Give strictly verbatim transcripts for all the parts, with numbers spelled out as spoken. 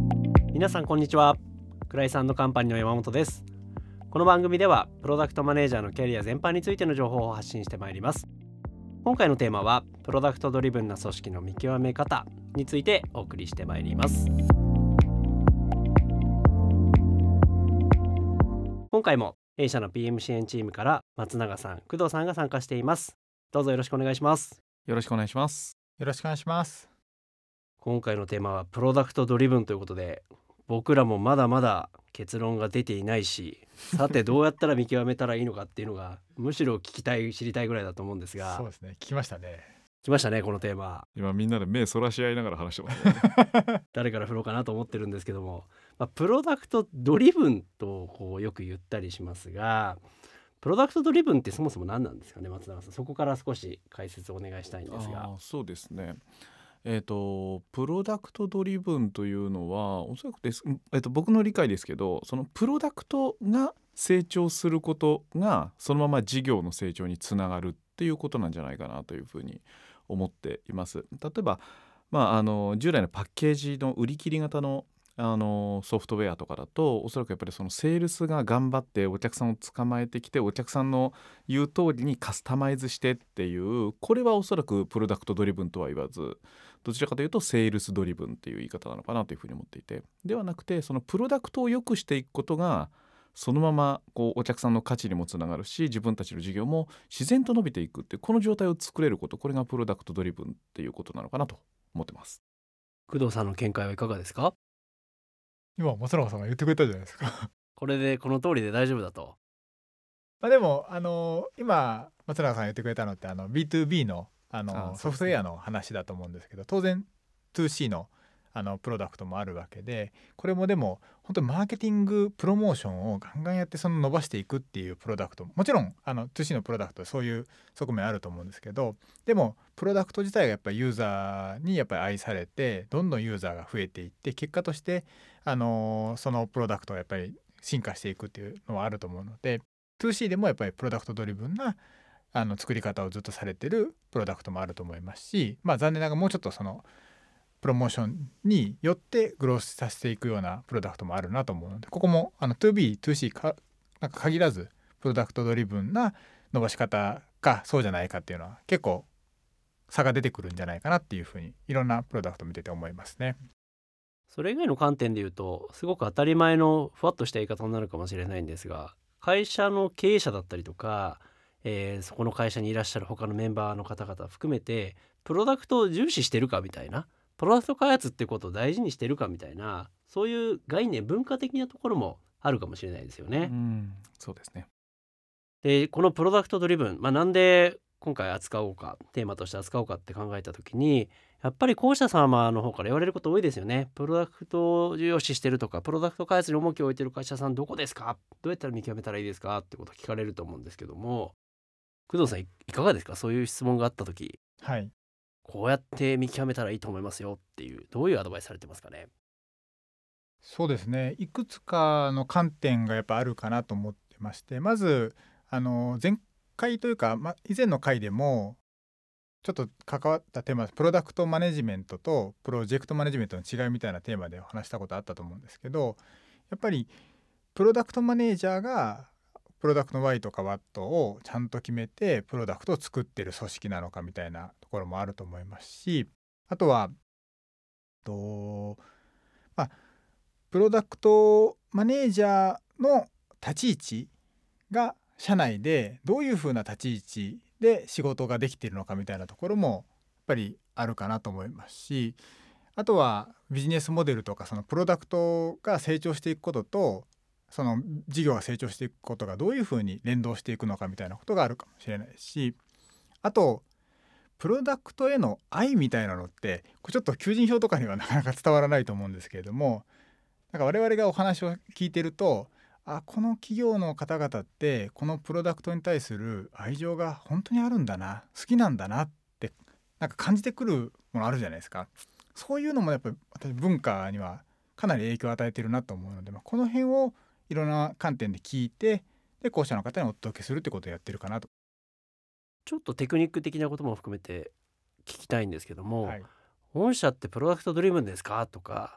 皆さんこんにちは。クライサンドカンパニーの山本です。この番組ではプロダクトマネージャーのキャリア全般についての情報を発信してまいります。今回のテーマはプロダクトドリブンな組織の見極め方についてお送りしてまいります。今回も弊社の ピーエム 支援チームから松永さん、工藤さんが参加しています。どうぞよろしくお願いします。 よろしくお願いします。 よろしくお願いします。 今回のテーマはプロダクトドリブンということで、僕らもまだまだ結論が出ていないし、さてどうやったら見極めたらいいのかっていうのがむしろ聞きたい知りたいぐらいだと思うんですが。 そうですね、聞きましたね。 来ましたねこのテーマ。 今みんなで目そらし合いながら話してますね。 誰から振ろうかなと思ってるんですけども、まあ、プロダクトドリブンとこうよく言ったりしますが、プロダクトドリブンってそもそも何なんですかね。松永さん、そこから少し解説をお願いしたいんですが。 あそうですねえー、とプロダクトドリブンというのはおそらくです、えー、と僕の理解ですけど、そのプロダクトが成長することがそのまま事業の成長につながるっていうことなんじゃないかなというふうに思っています。例えば、まあ、あの従来のパッケージの売り切り型のあのソフトウェアとかだと、おそらくやっぱりそのセールスが頑張ってお客さんを捕まえてきて、お客さんの言う通りにカスタマイズしてっていう、これはおそらくプロダクトドリブンとは言わず、どちらかというとセールスドリブンっていう言い方なのかなというふうに思っていて、ではなくてそのプロダクトを良くしていくことがそのままこうお客さんの価値にもつながるし、自分たちの事業も自然と伸びていくっていう、この状態を作れること、これがプロダクトドリブンっていうことなのかなと思ってます。 工藤さんの見解はいかがですか。 今松永さんが言ってくれたじゃないですか。 これでこの通りで大丈夫だと。 まあでもあの今松永さんが言ってくれたのってあの ビーツービー のあのあソフトウェアの話だと思うんですけど、当然 ツーシー のあのプロダクトもあるわけで、これもでも本当にマーケティングプロモーションをガンガンやってその伸ばしていくっていうプロダクトも、もちろんあの ツーシー のプロダクトはそういう側面あると思うんですけど、でもプロダクト自体がやっぱりユーザーにやっぱり愛されて、どんどんユーザーが増えていって、結果としてあのそのプロダクトがやっぱり進化していくっていうのはあると思うので、 ツーシー でもやっぱりプロダクトドリブンなあの作り方をずっとされてるプロダクトもあると思いますし、まあ残念ながらもうちょっとそのプロモーションによってグロースさせていくようなプロダクトもあるなと思うので、ここもあの ツービー、ツーシー かなんか限らずプロダクトドリブンな伸ばし方かそうじゃないかっていうのは結構差が出てくるんじゃないかなっていうふうに、いろんなプロダクト見てて思いますね。 それ以外の観点で言うと、すごく当たり前のふわっとした言い方になるかもしれないんですが、会社の経営者だったりとか、えーそこの会社にいらっしゃる他のメンバーの方々含めてプロダクトを重視してるかみたいな、プロダクト開発っていうことを大事にしてるかみたいな、そういう概念、文化的なところもあるかもしれないですようね。 んそうですね。 でこのプロダクトドリブン、まあ、なんで今回扱おうか、テーマとして扱おうかって考えた時に、やっぱり校舎様の方から言われること多いですよね。プロダクトを重要視してるとか、プロダクト開発に重きを置いてる会社さんどこですか、どうやったら見極めたらいいですかってことを聞かれると思うんですけども、工藤さんいいかがですか。そういう質問があった時、 はい、 こうやって見極めたらいいと思いますよっていう、どういうアドバイスされてますかね。 そうですね、いくつかの観点がやっぱあるかなと思ってまして、まずあの前回というか、ま、以前の回でもちょっと関わったテーマ、プロダクトマネジメントとプロジェクトマネジメントの違いみたいなテーマでお話したことあったと思うんですけど、やっぱりプロダクトマネージャーがプロダクトの ワイ とか ワット をちゃんと決めてプロダクトを作ってる組織なのかみたいなところもあると思いますし、あとはと、まあ、プロダクトマネージャーの立ち位置が社内でどういうふうな立ち位置で仕事ができているのかみたいなところもやっぱりあるかなと思いますし、あとはビジネスモデルとかそのプロダクトが成長していくこととその事業が成長していくことがどういうふうに連動していくのかみたいなことがあるかもしれないし、あとプロダクトへの愛みたいなのってこれちょっと求人票とかにはなかなか伝わらないと思うんですけれども、なんか我々がお話を聞いてると、あ、この企業の方々ってこのプロダクトに対する愛情が本当にあるんだな、好きなんだなってなんか感じてくるものあるじゃないですか。そういうのもやっぱり私文化にはかなり影響を与えているなと思うので、まあ、この辺をいろんな観点で聞いて、で後者の方にお届けするってことをやってるかなと。 ちょっとテクニック的なことも含めて聞きたいんですけども、 はい、 御社ってプロダクトドリブンですかとか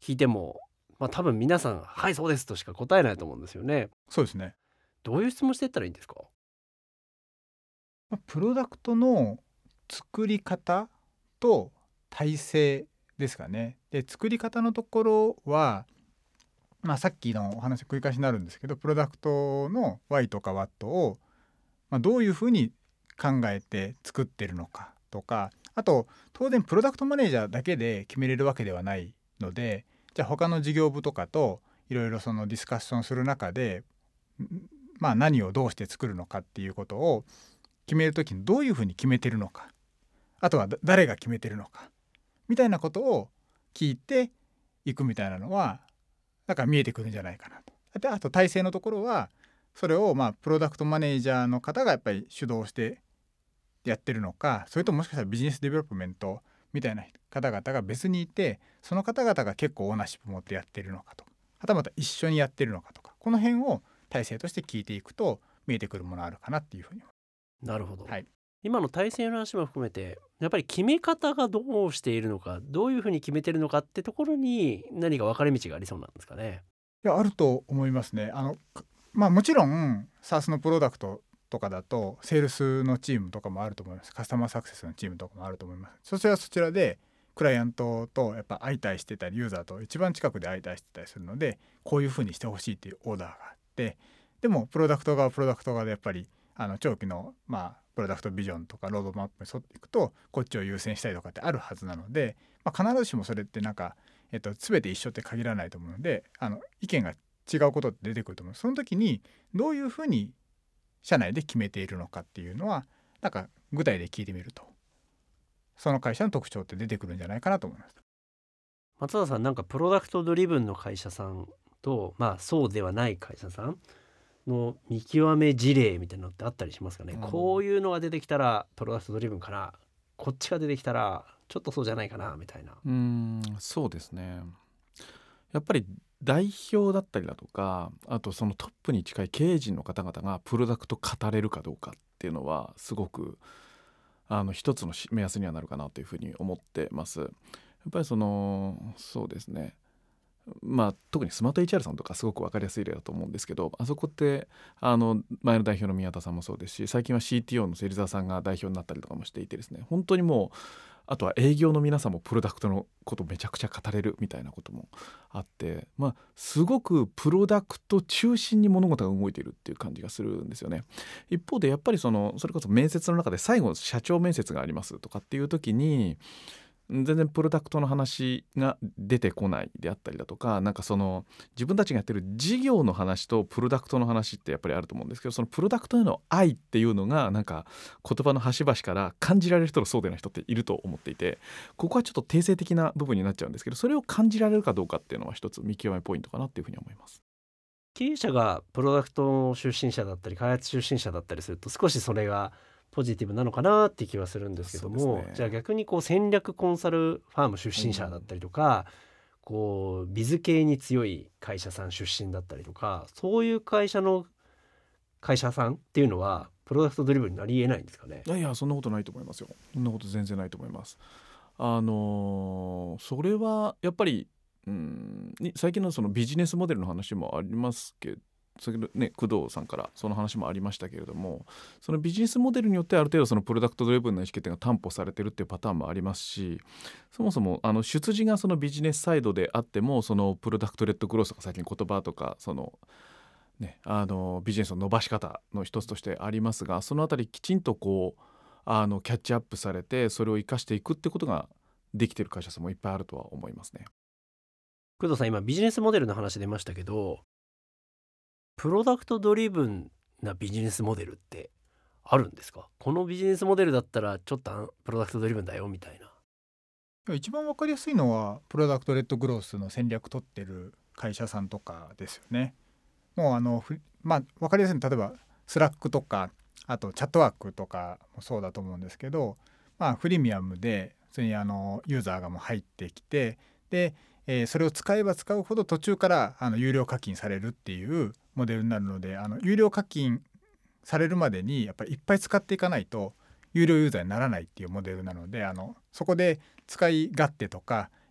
聞いても、まあ、多分皆さんはいそうですとしか答えないと思うんですよね。 そうですね。 どういう質問していったらいいんですか？ ま、プロダクトの作り方と体制ですかね。で、作り方のところは、まあ、さっきのお話繰り返しになるんですけど、プロダクトの ワイ とか ワット を、まあ、どういうふうに考えて作ってるのかとか、あと当然プロダクトマネージャーだけで決めれるわけではないので、じゃあ他の事業部とかといろいろそのディスカッションする中で、んまあ、何をどうして作るのかっていうことを決めるときにどういうふうに決めてるのか、あとはだ誰が決めてるのかみたいなことを聞いていくみたいなのはだから見えてくるんじゃないかなと。で、あと体制のところはそれをまあプロダクトマネージャーの方がやっぱり主導してやってるのか、それとももしかしたらビジネスデベロップメントみたいな方々が別にいて、その方々が結構オーナーシップ持ってやってるのかとか、はたまた一緒にやってるのかとか、この辺を体制として聞いていくと見えてくるものあるかなっていうふうに思います。 なるほど、 はい、 今の体制の話も含めてやっぱり決め方がどうしているのか、どういうふうに決めてるのかってところに何か分かれ道がありそうなんですかね。 いや、あると思いますね。あのかまあもちろん SaaS のプロダクトとかだとセールスのチームとかもあると思います。カスタマーサクセスのチームとかもあると思います。そちらはそちらでクライアントとやっぱ相対してたり、ユーザーと一番近くで相対してたりするので、こういうふうにしてほしいっていうオーダーがあって、でもプロダクト側はプロダクト側でやっぱりあの長期のまあプロダクトビジョンとかロードマップに沿っていくとこっちを優先したりとかってあるはずなので、まあ、必ずしもそれってなんか、えっと、全て一緒って限らないと思うので、あの意見が違うことって出てくると思う。その時にどういうふうに社内で決めているのかっていうのはなんか具体で聞いてみると、その会社の特徴って出てくるんじゃないかなと思います。 松田さん、なんかプロダクトドリブンの会社さんと、まあそうではない会社さんの見極め事例みたいなのってあったりしますかね。 うんこういうのが出てきたらプロダクトドリブンかな、こっちが出てきたらちょっとそうじゃないかなみたいな。 うーんそうですね。やっぱり代表だったりだとか、あとそのトップに近い経営陣の方々がプロダクト語れるかどうかっていうのはすごくあの一つのし目安にはなるかなというふうに思ってます。やっぱりそのそうですね、まあ、特にスマート エイチアール さんとかすごく分かりやすい例だと思うんですけど、あそこってあの前の代表の宮田さんもそうですし、最近は シーティーオー の芹沢さんが代表になったりとかもしていてですね、本当にもうあとは営業の皆さんもプロダクトのことめちゃくちゃ語れるみたいなこともあって、まあ、すごくプロダクト中心に物事が動いているっていう感じがするんですよね。一方でやっぱりそのそれこそ面接の中で最後社長面接がありますとかっていう時に全然プロダクトの話が出てこないであったりだとか、なんかその自分たちがやってる事業の話とプロダクトの話ってやっぱりあると思うんですけど、そのプロダクトへの愛っていうのがなんか言葉の端々から感じられる人とそうでない人っていると思っていて、ここはちょっと定性的な部分になっちゃうんですけど、それを感じられるかどうかっていうのは一つ見極めポイントかなっていうふうに思います。 経営者がプロダクト出身者だったり開発出身者だったりすると少しそれがポジティブなのかなって気はするんですけども、 そうですね。 じゃあ逆にこう戦略コンサルファーム出身者だったりとか、こうビズ系に強い会社さん出身だったりとか、そういう会社の会社さんっていうのはプロダクトドリブンになりえないんですかね。 いやいや、そんなことないと思いますよ。そんなこと全然ないと思います。あのーそれはやっぱりうんに最近のそのビジネスモデルの話もありますけど、先ほどね工藤さんからその話もありましたけれども、そのビジネスモデルによってある程度そのプロダクトドリブンの意思決定が担保されてるっていうパターンもありますし、そもそもあの出自がそのビジネスサイドであっても、そのプロダクトレッドグロースとか最近言葉とかそのね、あのビジネスの伸ばし方の一つとしてありますが、そのあたりきちんとこうあのキャッチアップされてそれを生かしていくってことができている会社さんもいっぱいあるとは思いますね。 工藤さん、今ビジネスモデルの話出ましたけど、プロダクトドリブンなビジネスモデルってあるんですか？このビジネスモデルだったらちょっとあプロダクトドリブンだよみたいな。 一番わかりやすいのはプロダクトレッドグロースの戦略取ってる会社さんとかですよね。もうあのふまあ分かりやすいのは例えばスラックとかあとチャットワークとかもそうだと思うんですけど、まあフリミアムで普通にあのユーザーがもう入ってきて、で、えーそれを使えば使うほど途中からあの有料課金されるっていうモデルになるので、あの有料課金されるまでにやっぱりいっぱい使っていかないと有料ユーザーにならないっていうモデルなので、あのそこで使い勝手とか、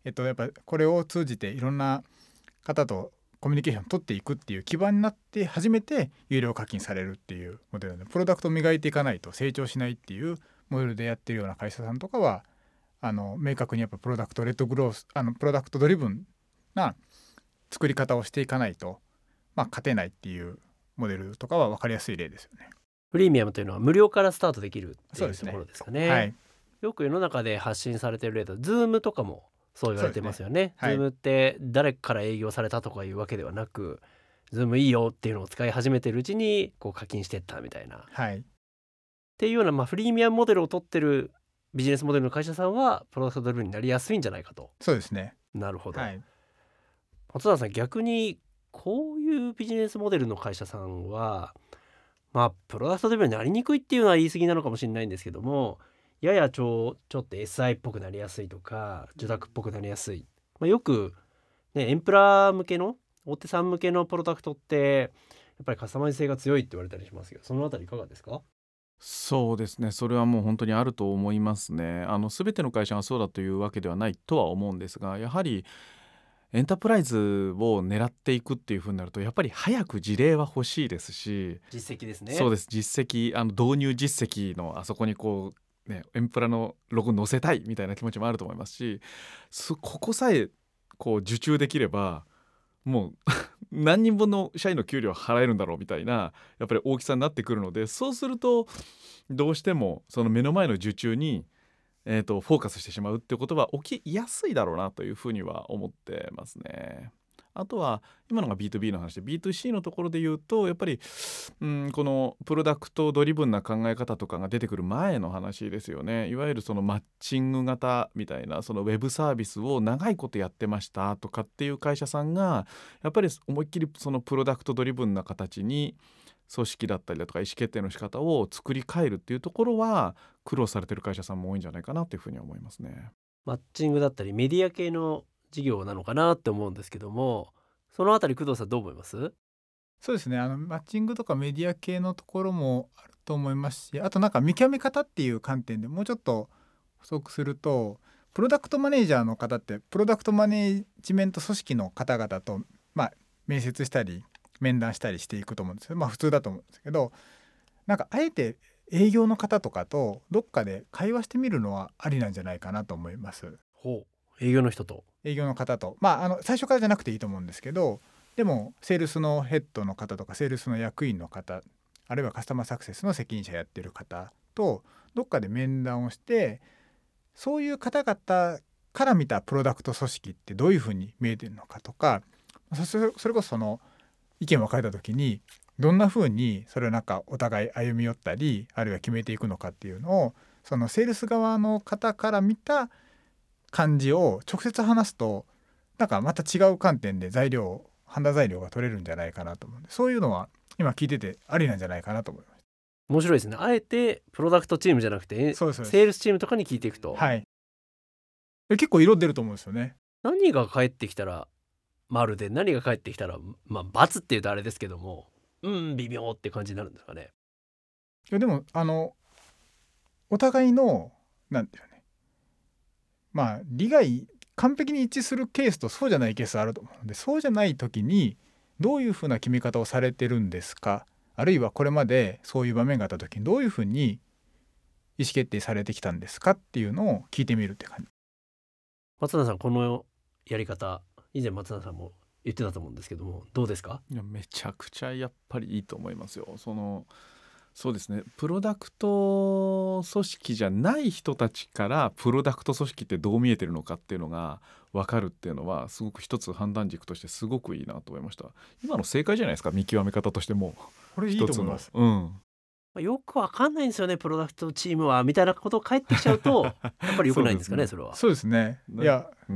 えっと、やっぱこれを通じていろんな方とコミュニケーションを取っていくっていう基盤になって初めて有料課金されるっていうモデルで、プロダクトを磨いていかないと成長しないっていうモデルでやってるような会社さんとかはあの明確にやっぱプロダクトレッドグロースあのプロダクトドリブンな作り方をしていかないと、まあ、勝てないっていうモデルとかは分かりやすい例ですよね。 プレミアムというのは無料からスタートできるってそうですねいうところですかね。 はい、 よく世の中で発信されてる例だと Zoom とかもそう言われてますよね。 そうですねはい Zoom って誰から営業されたとかいうわけではなく Zoom いいよっていうのを使い始めてるうちにこう課金してったみたいなっはいていうような、まあ、フリーミアムモデルを取ってるビジネスモデルの会社さんはプロダクトドリブンになりやすいんじゃないかと。 そうですね。 なるほど、 はい松田さん逆にこういうビジネスモデルの会社さんはまあプロダクトドリブンになりにくいっていうのは言い過ぎなのかもしれないんですけども、ややちょちょっと エスアイ っぽくなりやすいとか受託っぽくなりやすい、まあ、よく、ね、エンプラ向けの大手さん向けのプロダクトってやっぱりカスタマイズ性が強いって言われたりしますけど、そのあたりいかがですか？ そうですね、それはもう本当にあると思いますね。あの全ての会社がそうだというわけではないとは思うんですが、やはりエンタープライズを狙っていくっていう風になるとやっぱり早く事例は欲しいですし、 実績ですね。 そうです、実績、あの導入実績のあそこにこうねエンプラのロゴ載せたいみたいな気持ちもあると思いますし、そここさえこう受注できればもう何人分の社員の給料払えるんだろうみたいなやっぱり大きさになってくるので、そうするとどうしてもその目の前の受注に、えー、とフォーカスしてしまうってことは起きやすいだろうなというふうには思ってますね。あとは今のが ビーツービー の話で ビーツーシー のところで言うとやっぱり、うん、このプロダクトドリブンな考え方とかが出てくる前の話ですよね。いわゆるそのマッチング型みたいなそのウェブサービスを長いことやってましたとかっていう会社さんがやっぱり思いっきりそのプロダクトドリブンな形に組織だったりだとか意思決定の仕方を作り変えるっていうところは苦労されてる会社さんも多いんじゃないかなというふうには思いますね。 マッチングだったりメディア系の事業なのかなって思うんですけども、そのあたり工藤さんどう思います？ そうですね、あのマッチングとかメディア系のところもあると思いますし、あとなんか見極め方っていう観点でもうちょっと補足すると、プロダクトマネージャーの方ってプロダクトマネージメント組織の方々と、まあ、面接したり面談したりしていくと思うんですよ。まあ普通だと思うんですけど、なんかあえて営業の方とかとどっかで会話してみるのはありなんじゃないかなと思います。 ほう、営業の人と。 営業の方と、まあ、あの最初からじゃなくていいと思うんですけど、でもセールスのヘッドの方とかセールスの役員の方、あるいはカスタマーサクセスの責任者やってる方とどっかで面談をして、そういう方々から見たプロダクト組織ってどういうふうに見えてるのかとか、そそれこそその意見を変えた時にどんなふうにそれをなんかお互い歩み寄ったりあるいは決めていくのかっていうのを、そのセールス側の方から見た感じを直接話すとなんかまた違う観点で材料判断材料が取れるんじゃないかなと思うんで、そういうのは今聞いててありなんじゃないかなと思います。 面白いですね。あえてプロダクトチームじゃなくてそうですそうです、 セールスチームとかに聞いていくと、 はい、え結構色出ると思うんですよね。 何が返ってきたら丸で何が返ってきたらまあ×っていうとあれですけども、うん微妙って感じになるんですかね。 いやでもあのお互いのなんていうね、まあ利害完璧に一致するケースとそうじゃないケースあると思うので、そうじゃない時にどういうふうな決め方をされてるんですか、あるいはこれまでそういう場面があった時にどういうふうに意思決定されてきたんですかっていうのを聞いてみるって感じ。 松田さんこのやり方以前松田さんも言ってたと思うんですけども、どうですか？ いやめちゃくちゃやっぱりいいと思いますよ。そのそうですね、プロダクト組織じゃない人たちからプロダクト組織ってどう見えてるのかっていうのが分かるっていうのはすごく一つ判断軸としてすごくいいなと思いました。今の正解じゃないですか、見極め方としてもこれいいと思います。 一つの、うん、 まあよくわかんないんですよねプロダクトチームはみたいなことを返ってきちゃうとやっぱり良くないんですかね。それはそうですね。いや、 うん、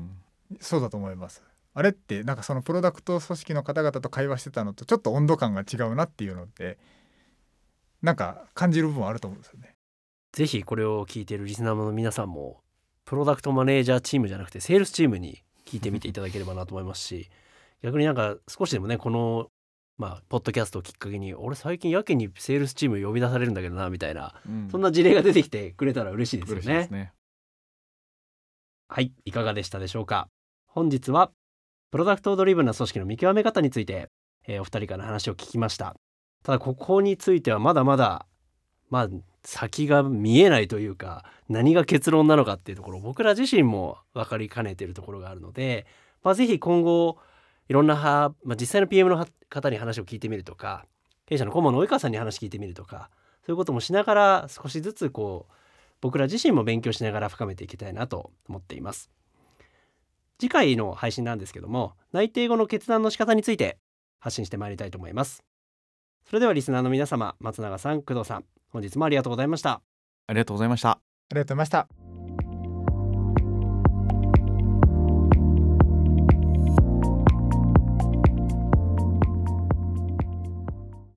そうだと思います。あれってなんかそのプロダクト組織の方々と会話してたのとちょっと温度感が違うなっていうのってなんか感じる部分あると思うんですよね。 ぜひこれを聞いているリスナーの皆さんもプロダクトマネージャーチームじゃなくてセールスチームに聞いてみていただければなと思いますし逆になんか少しでもねこのまあポッドキャストをきっかけに俺最近やけにセールスチーム呼び出されるんだけどなみたいな、 うん、 そんな事例が出てきてくれたら嬉しいですよね。 嬉しいですね。 はい、いかがでしたでしょうか。本日はプロダクトドリブンな組織の見極め方について、えーお二人から話を聞きました。ただここについてはまだまだまあ先が見えないというか、何が結論なのかっていうところ、僕ら自身も分かりかねているところがあるので、まあ、ぜひ今後いろんなは、まあ、実際の ピーエム のは方に話を聞いてみるとか、弊社の顧問の及川さんに話聞いてみるとか、そういうこともしながら少しずつこう僕ら自身も勉強しながら深めていきたいなと思っています。次回の配信なんですけども、内定後の決断の仕方について発信してまいりたいと思います。それではリスナーの皆様、松永さん、工藤さん、本日もありがとうございました。 ありがとうございました。 ありがとうございました。